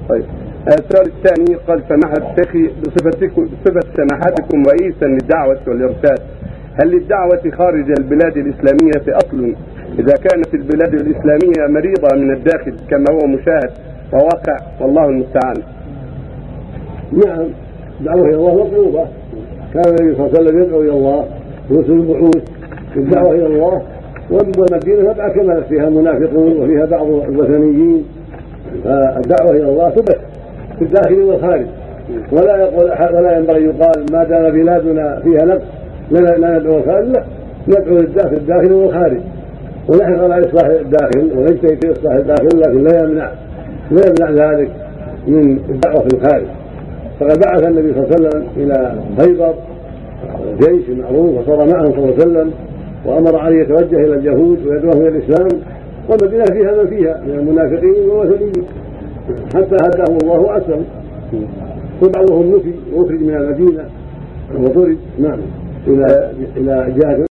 طيب السؤال الثاني قال: سماحة شيخي بصفة سماحتكم رئيسا للدعوة والإرشاد، هل للدعوة خارج البلاد الإسلامية أصل إذا كانت البلاد الإسلامية مريضة من الداخل كما هو مشاهد وواقع والله المستعان؟ نعم، الدعوة إلى الله مطلوبة. كان النبي صلى الله عليه وسلم يدعو إلى الله يرسل البعوث بالدعوة إلى الله، والمدينة تبع كما فيها المنافقون وفيها بعض الوثنيين، فالدعوة إلى الله تبث في الداخل والخارج، ولا ينبغي يقال ما دام بلادنا فيها نقص لا ندعو الخارج، لا، ندعو الداخل والخارج، ونحرص على إصلاح الداخل ونجتهد في إصلاح الداخل، لكن لا يمنع ذلك من الدعوة في الخارج. فقد بعث النبي صلى الله عليه وسلم إلى خيبر جيش معروف وصار معهم صلى الله عليه وسلم، وأمر عليه يتوجه إلى اليهود ويدعوهم إلى الإسلام، والمدينة فيها من فيها من المنافقين والوثنيين حتى هداهم الله وأسلموا، وبعضهم نفي وأخرج من المدينة وطرد إلى جهة